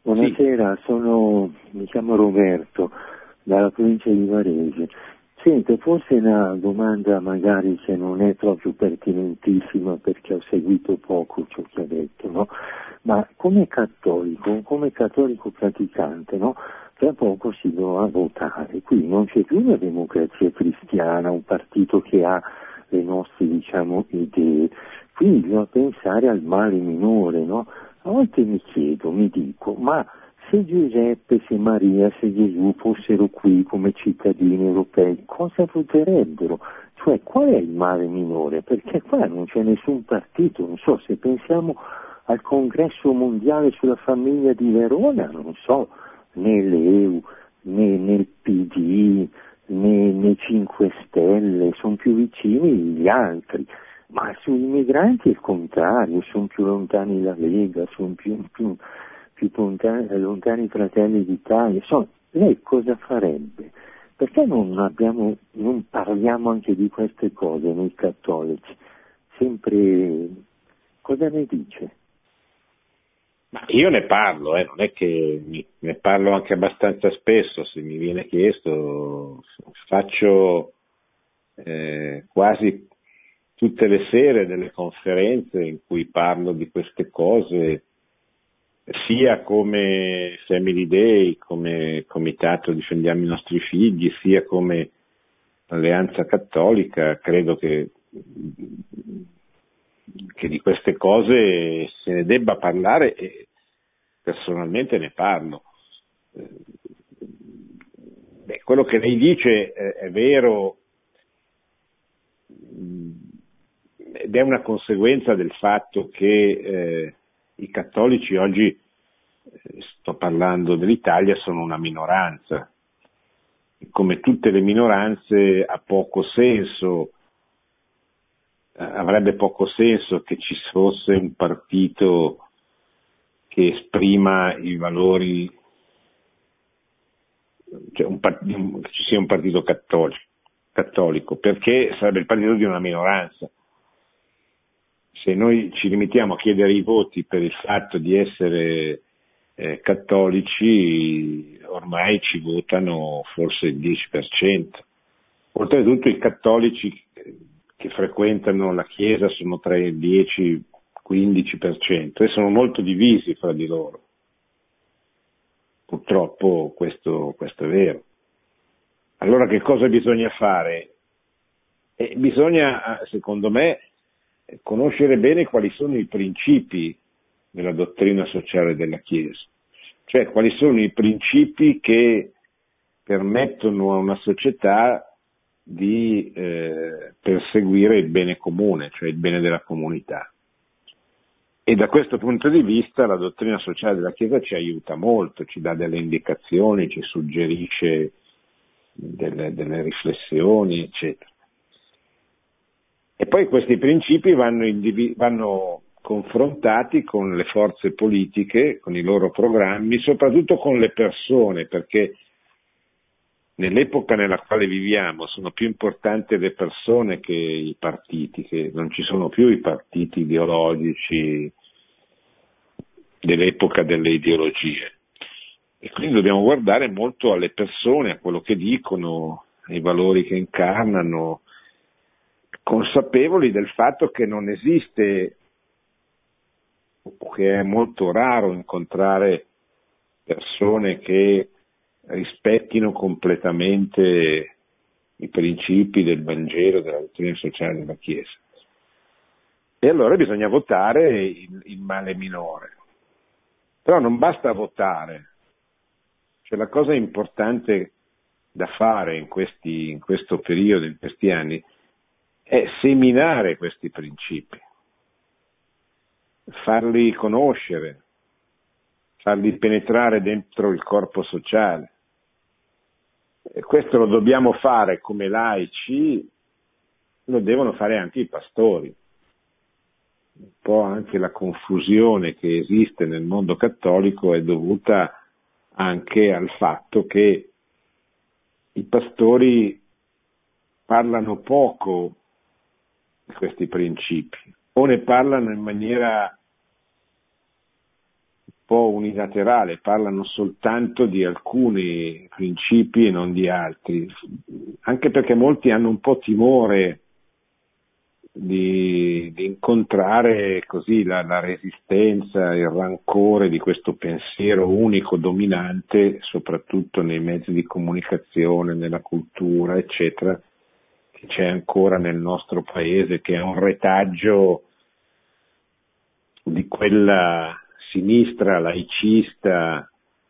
Buonasera, sì. sono, mi chiamo Roberto, dalla provincia di Varese. Sento, forse una domanda magari che non è proprio pertinentissima perché ho seguito poco ciò che ha detto, no? Ma come cattolico, come cattolico praticante, no? Tra poco si dovrà votare, qui non c'è più una democrazia cristiana, un partito che ha le nostre, diciamo, idee, quindi bisogna pensare al male minore, no? A volte mi chiedo, mi dico, ma se Giuseppe, se Maria, se Gesù fossero qui come cittadini europei, cosa voterebbero? Cioè, qual è il male minore? Perché qua non c'è nessun partito, non so, se pensiamo al congresso mondiale sulla famiglia di Verona, non so, né l'E U, né, né il P D, né, né cinque Stelle, sono più vicini gli altri. Ma sui migranti è il contrario, sono più lontani la Lega, sono più, più, più lontani, lontani i Fratelli d'Italia. Insomma, lei cosa farebbe? Perché non, abbiamo, non parliamo anche di queste cose noi cattolici? Sempre, cosa ne dice? Ma io ne parlo, eh, non è che mi, ne parlo anche abbastanza spesso, se mi viene chiesto, faccio eh, quasi tutte le sere delle conferenze in cui parlo di queste cose, sia come Family Day, come Comitato Difendiamo i nostri figli, sia come Alleanza Cattolica. Credo che, che di queste cose se ne debba parlare e personalmente ne parlo. Beh, quello che lei dice è, è vero, ed è una conseguenza del fatto che eh, i cattolici oggi, eh, sto parlando dell'Italia, sono una minoranza. Come tutte le minoranze ha poco senso, eh, avrebbe poco senso che ci fosse un partito che esprima i valori, cioè un part- che ci sia un partito cattolico, cattolico, perché sarebbe il partito di una minoranza. Se noi ci limitiamo a chiedere i voti per il fatto di essere eh, cattolici, ormai ci votano forse il dieci per cento. Oltretutto i cattolici che frequentano la Chiesa sono tra il dieci e il quindici per cento e sono molto divisi fra di loro. Purtroppo questo, questo è vero. Allora che cosa bisogna fare? Eh, bisogna, secondo me, conoscere bene quali sono i principi della dottrina sociale della Chiesa, cioè quali sono i principi che permettono a una società di eh, perseguire il bene comune, cioè il bene della comunità. E da questo punto di vista la dottrina sociale della Chiesa ci aiuta molto, ci dà delle indicazioni, ci suggerisce delle, delle riflessioni, eccetera. E poi questi principi vanno, indivi- vanno confrontati con le forze politiche, con i loro programmi, soprattutto con le persone, perché nell'epoca nella quale viviamo sono più importanti le persone che i partiti, che non ci sono più i partiti ideologici dell'epoca delle ideologie. E quindi dobbiamo guardare molto alle persone, a quello che dicono, ai valori che incarnano, consapevoli del fatto che non esiste, o che è molto raro incontrare persone che rispettino completamente i principi del Vangelo, della dottrina sociale della Chiesa. E allora bisogna votare il, il male minore. Però non basta votare, cioè la cosa importante da fare in, questi, in questo periodo, in questi anni, è seminare questi principi, farli conoscere, farli penetrare dentro il corpo sociale. E questo lo dobbiamo fare come laici, lo devono fare anche i pastori. Un po' anche la confusione che esiste nel mondo cattolico è dovuta anche al fatto che i pastori parlano poco di questi principi, o ne parlano in maniera po' unilaterale, parlano soltanto di alcuni principi e non di altri, anche perché molti hanno un po' timore di, di incontrare così la, la resistenza, il rancore di questo pensiero unico, dominante, soprattutto nei mezzi di comunicazione, nella cultura, eccetera, che c'è ancora nel nostro paese, che è un retaggio di quella sinistra laicista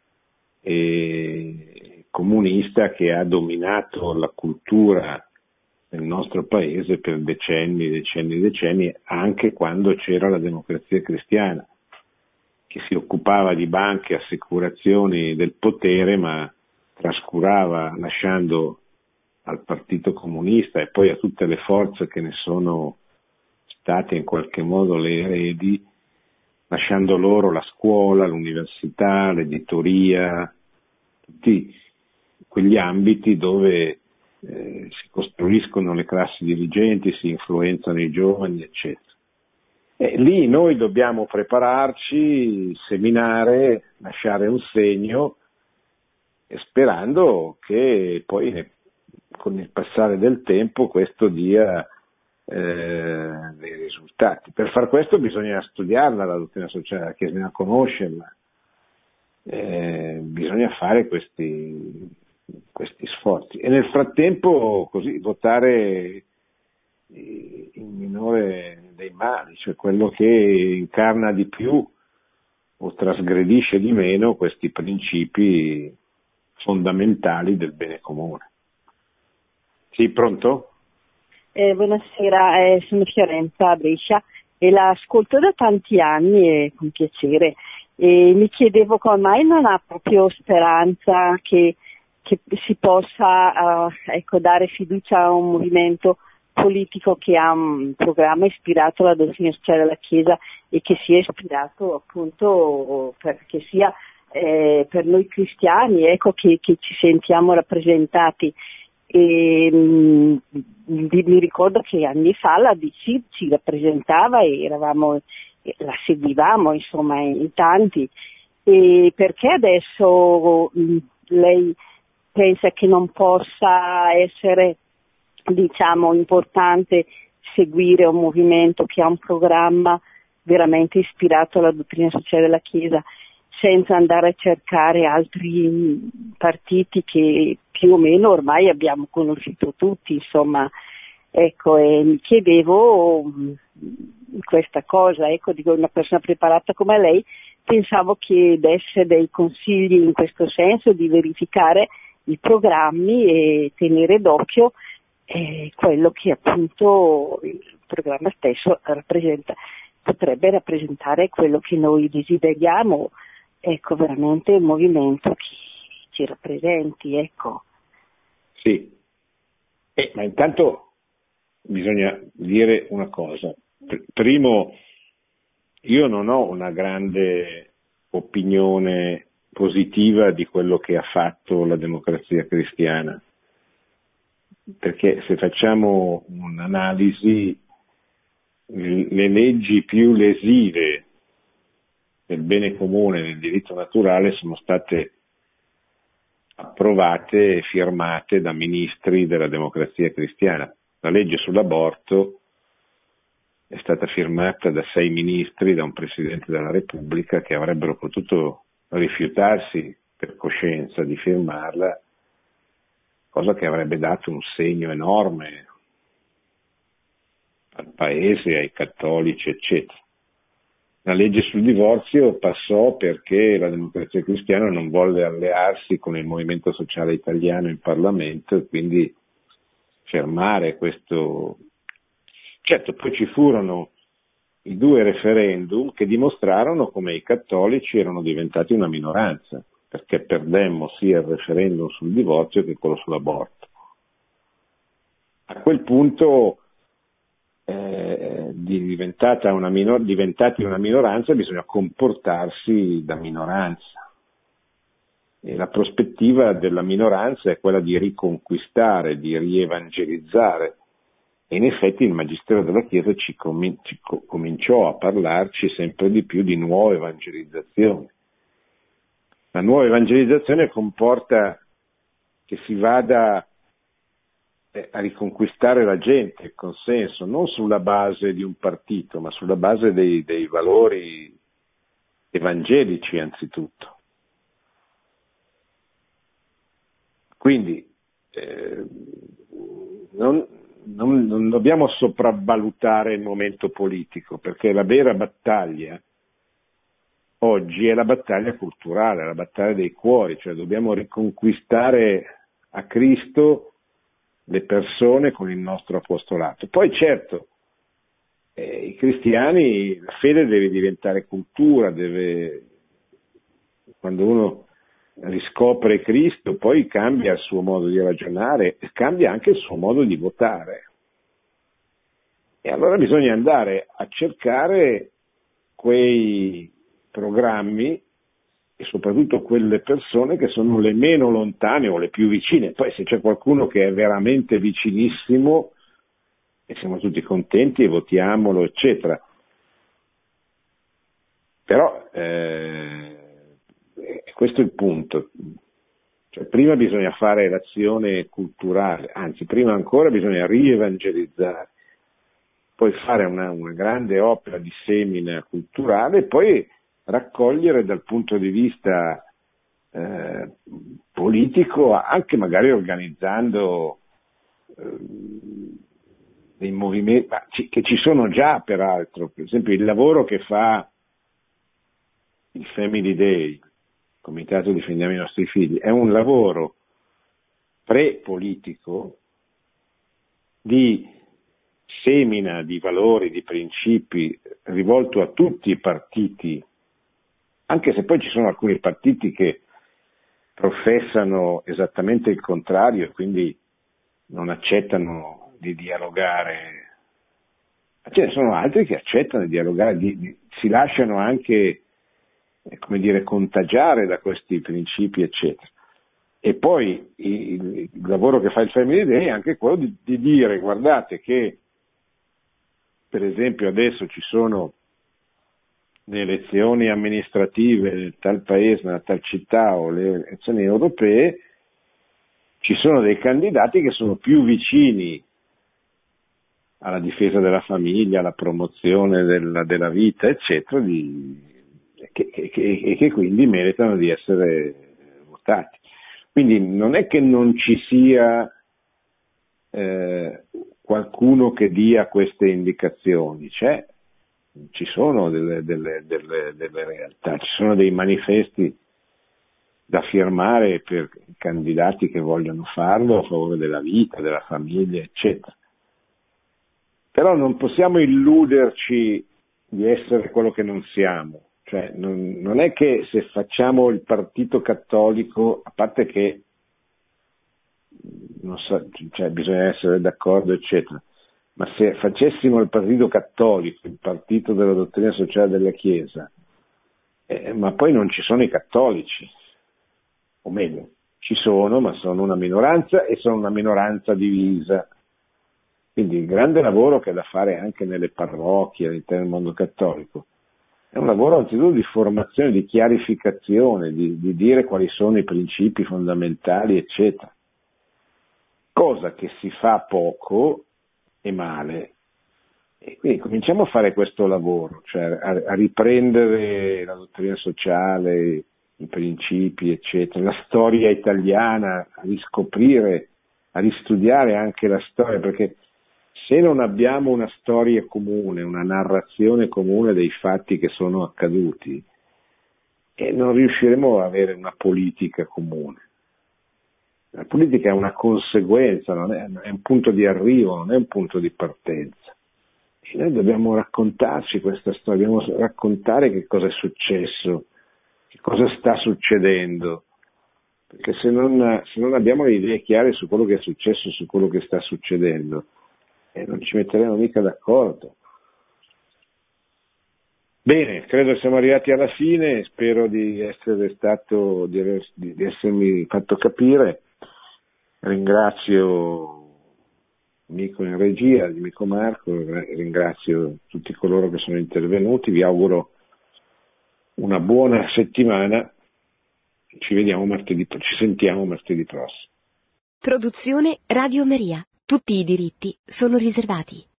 e comunista che ha dominato la cultura nel nostro paese per decenni, decenni, decenni, anche quando c'era la Democrazia Cristiana, che si occupava di banche, assicurazioni del potere, ma trascurava, lasciando al Partito Comunista e poi a tutte le forze che ne sono state in qualche modo le eredi, lasciando loro la scuola, l'università, l'editoria, tutti quegli ambiti dove eh, si costruiscono le classi dirigenti, si influenzano i giovani, eccetera. E lì noi dobbiamo prepararci, seminare, lasciare un segno, sperando che poi con il passare del tempo questo dia Eh, dei risultati. Per far questo bisogna studiarla la dottrina sociale della Chiesa, bisogna conoscerla, eh, bisogna fare questi, questi sforzi e nel frattempo così votare il minore dei mali, cioè quello che incarna di più o trasgredisce di meno questi principi fondamentali del bene comune. Sì, pronto? Eh, buonasera, eh, sono Fiorenza a Brescia e la ascolto da tanti anni e con piacere. E mi chiedevo come mai non ha proprio speranza che, che si possa uh, ecco, dare fiducia a un movimento politico che ha un programma ispirato alla dottrina sociale della Chiesa e che sia ispirato appunto perché sia eh, per noi cristiani, ecco, che, che ci sentiamo rappresentati. E, mh, mi ricordo che anni fa la D C ci rappresentava e eravamo, la seguivamo insomma in tanti, e perché adesso mh, lei pensa che non possa essere diciamo importante seguire un movimento che ha un programma veramente ispirato alla dottrina sociale della Chiesa senza andare a cercare altri partiti che più o meno ormai abbiamo conosciuto tutti, insomma, ecco, e mi chiedevo questa cosa, ecco, dico, una persona preparata come lei, pensavo che desse dei consigli in questo senso, di verificare i programmi e tenere d'occhio eh, quello che appunto il programma stesso rappresenta, potrebbe rappresentare quello che noi desideriamo. Ecco, veramente un movimento che ci rappresenti, ecco. Sì, eh, ma intanto bisogna dire una cosa. Primo, io non ho una grande opinione positiva di quello che ha fatto la Democrazia Cristiana, perché se facciamo un'analisi, le leggi più lesive del bene comune e del diritto naturale sono state approvate e firmate da ministri della Democrazia Cristiana. La legge sull'aborto è stata firmata da sei ministri, da un Presidente della Repubblica, che avrebbero potuto rifiutarsi per coscienza di firmarla, cosa che avrebbe dato un segno enorme al Paese, ai cattolici, eccetera. La legge sul divorzio passò perché la Democrazia Cristiana non volle allearsi con il Movimento Sociale Italiano in Parlamento e quindi fermare questo. Certo, poi ci furono i due referendum che dimostrarono come i cattolici erano diventati una minoranza, perché perdemmo sia il referendum sul divorzio che quello sull'aborto. A quel punto Eh, diventata una minor- diventati una minoranza bisogna comportarsi da minoranza e la prospettiva della minoranza è quella di riconquistare, di rievangelizzare e in effetti il Magistero della Chiesa ci, com- ci co- cominciò a parlarci sempre di più di nuova evangelizzazione, La nuova evangelizzazione comporta che si vada a riconquistare la gente, il consenso, non sulla base di un partito, ma sulla base dei, dei valori evangelici anzitutto. Quindi eh, non, non, non dobbiamo sopravvalutare il momento politico, perché la vera battaglia oggi è la battaglia culturale, la battaglia dei cuori, cioè dobbiamo riconquistare a Cristo le persone con il nostro apostolato. Poi certo, eh, i cristiani, la fede deve diventare cultura, deve, quando uno riscopre Cristo poi cambia il suo modo di ragionare e cambia anche il suo modo di votare. E allora bisogna andare a cercare quei programmi e soprattutto quelle persone che sono le meno lontane o le più vicine. Poi se c'è qualcuno che è veramente vicinissimo e siamo tutti contenti e votiamolo, eccetera. Però eh, questo è il punto. Cioè, prima bisogna fare l'azione culturale, anzi prima ancora bisogna rievangelizzare, poi fare una, una grande opera di semina culturale e poi raccogliere dal punto di vista eh, politico, anche magari organizzando eh, dei movimenti ma ci, che ci sono già peraltro, per esempio il lavoro che fa il Family Day, il Comitato Difendiamo i nostri figli, è un lavoro pre-politico di semina di valori, di principi rivolto a tutti i partiti, anche se poi ci sono alcuni partiti che professano esattamente il contrario e quindi non accettano di dialogare. Ce ne sono altri che accettano di dialogare, di, di, si lasciano anche, eh, come dire, contagiare da questi principi, eccetera. E poi il, il lavoro che fa il Family Day è anche quello di, di dire, guardate che per esempio adesso ci sono le elezioni amministrative nel tal paese, nella tal città o le elezioni europee, ci sono dei candidati che sono più vicini alla difesa della famiglia, alla promozione della, della vita, eccetera, di, che, che, che, e che quindi meritano di essere votati. Quindi non è che non ci sia eh, qualcuno che dia queste indicazioni, c'è, ci sono delle, delle, delle, delle realtà, ci sono dei manifesti da firmare per candidati che vogliono farlo a favore della vita, della famiglia, eccetera. Però non possiamo illuderci di essere quello che non siamo, cioè non, non è che se facciamo il partito cattolico, a parte che non so, cioè bisogna essere d'accordo, eccetera, ma se facessimo il partito cattolico, il partito della dottrina sociale della Chiesa, eh, ma poi non ci sono i cattolici, o meglio, ci sono, ma sono una minoranza e sono una minoranza divisa. Quindi il grande lavoro che è da fare anche nelle parrocchie all'interno del mondo cattolico è un lavoro anzitutto di formazione, di chiarificazione, di, di dire quali sono i principi fondamentali, eccetera. Cosa che si fa poco e male. E quindi cominciamo a fare questo lavoro, cioè a, a riprendere la dottrina sociale, i principi, eccetera, la storia italiana, a riscoprire, a ristudiare anche la storia, perché se non abbiamo una storia comune, una narrazione comune dei fatti che sono accaduti, eh, non riusciremo a avere una politica comune. La politica è una conseguenza, non è, è un punto di arrivo, non è un punto di partenza. E noi dobbiamo raccontarci questa storia, dobbiamo raccontare che cosa è successo, che cosa sta succedendo, perché se non, se non abbiamo le idee chiare su quello che è successo, su quello che sta succedendo, eh, non ci metteremo mica d'accordo. Bene, credo che siamo arrivati alla fine, spero di essere stato, di, aver, di, di essermi fatto capire. Ringrazio Mico in regia, Mico Marco, ringrazio tutti coloro che sono intervenuti, vi auguro una buona settimana ci vediamo martedì, ci sentiamo martedì prossimo. Produzione Radio Maria. Tutti i diritti sono riservati.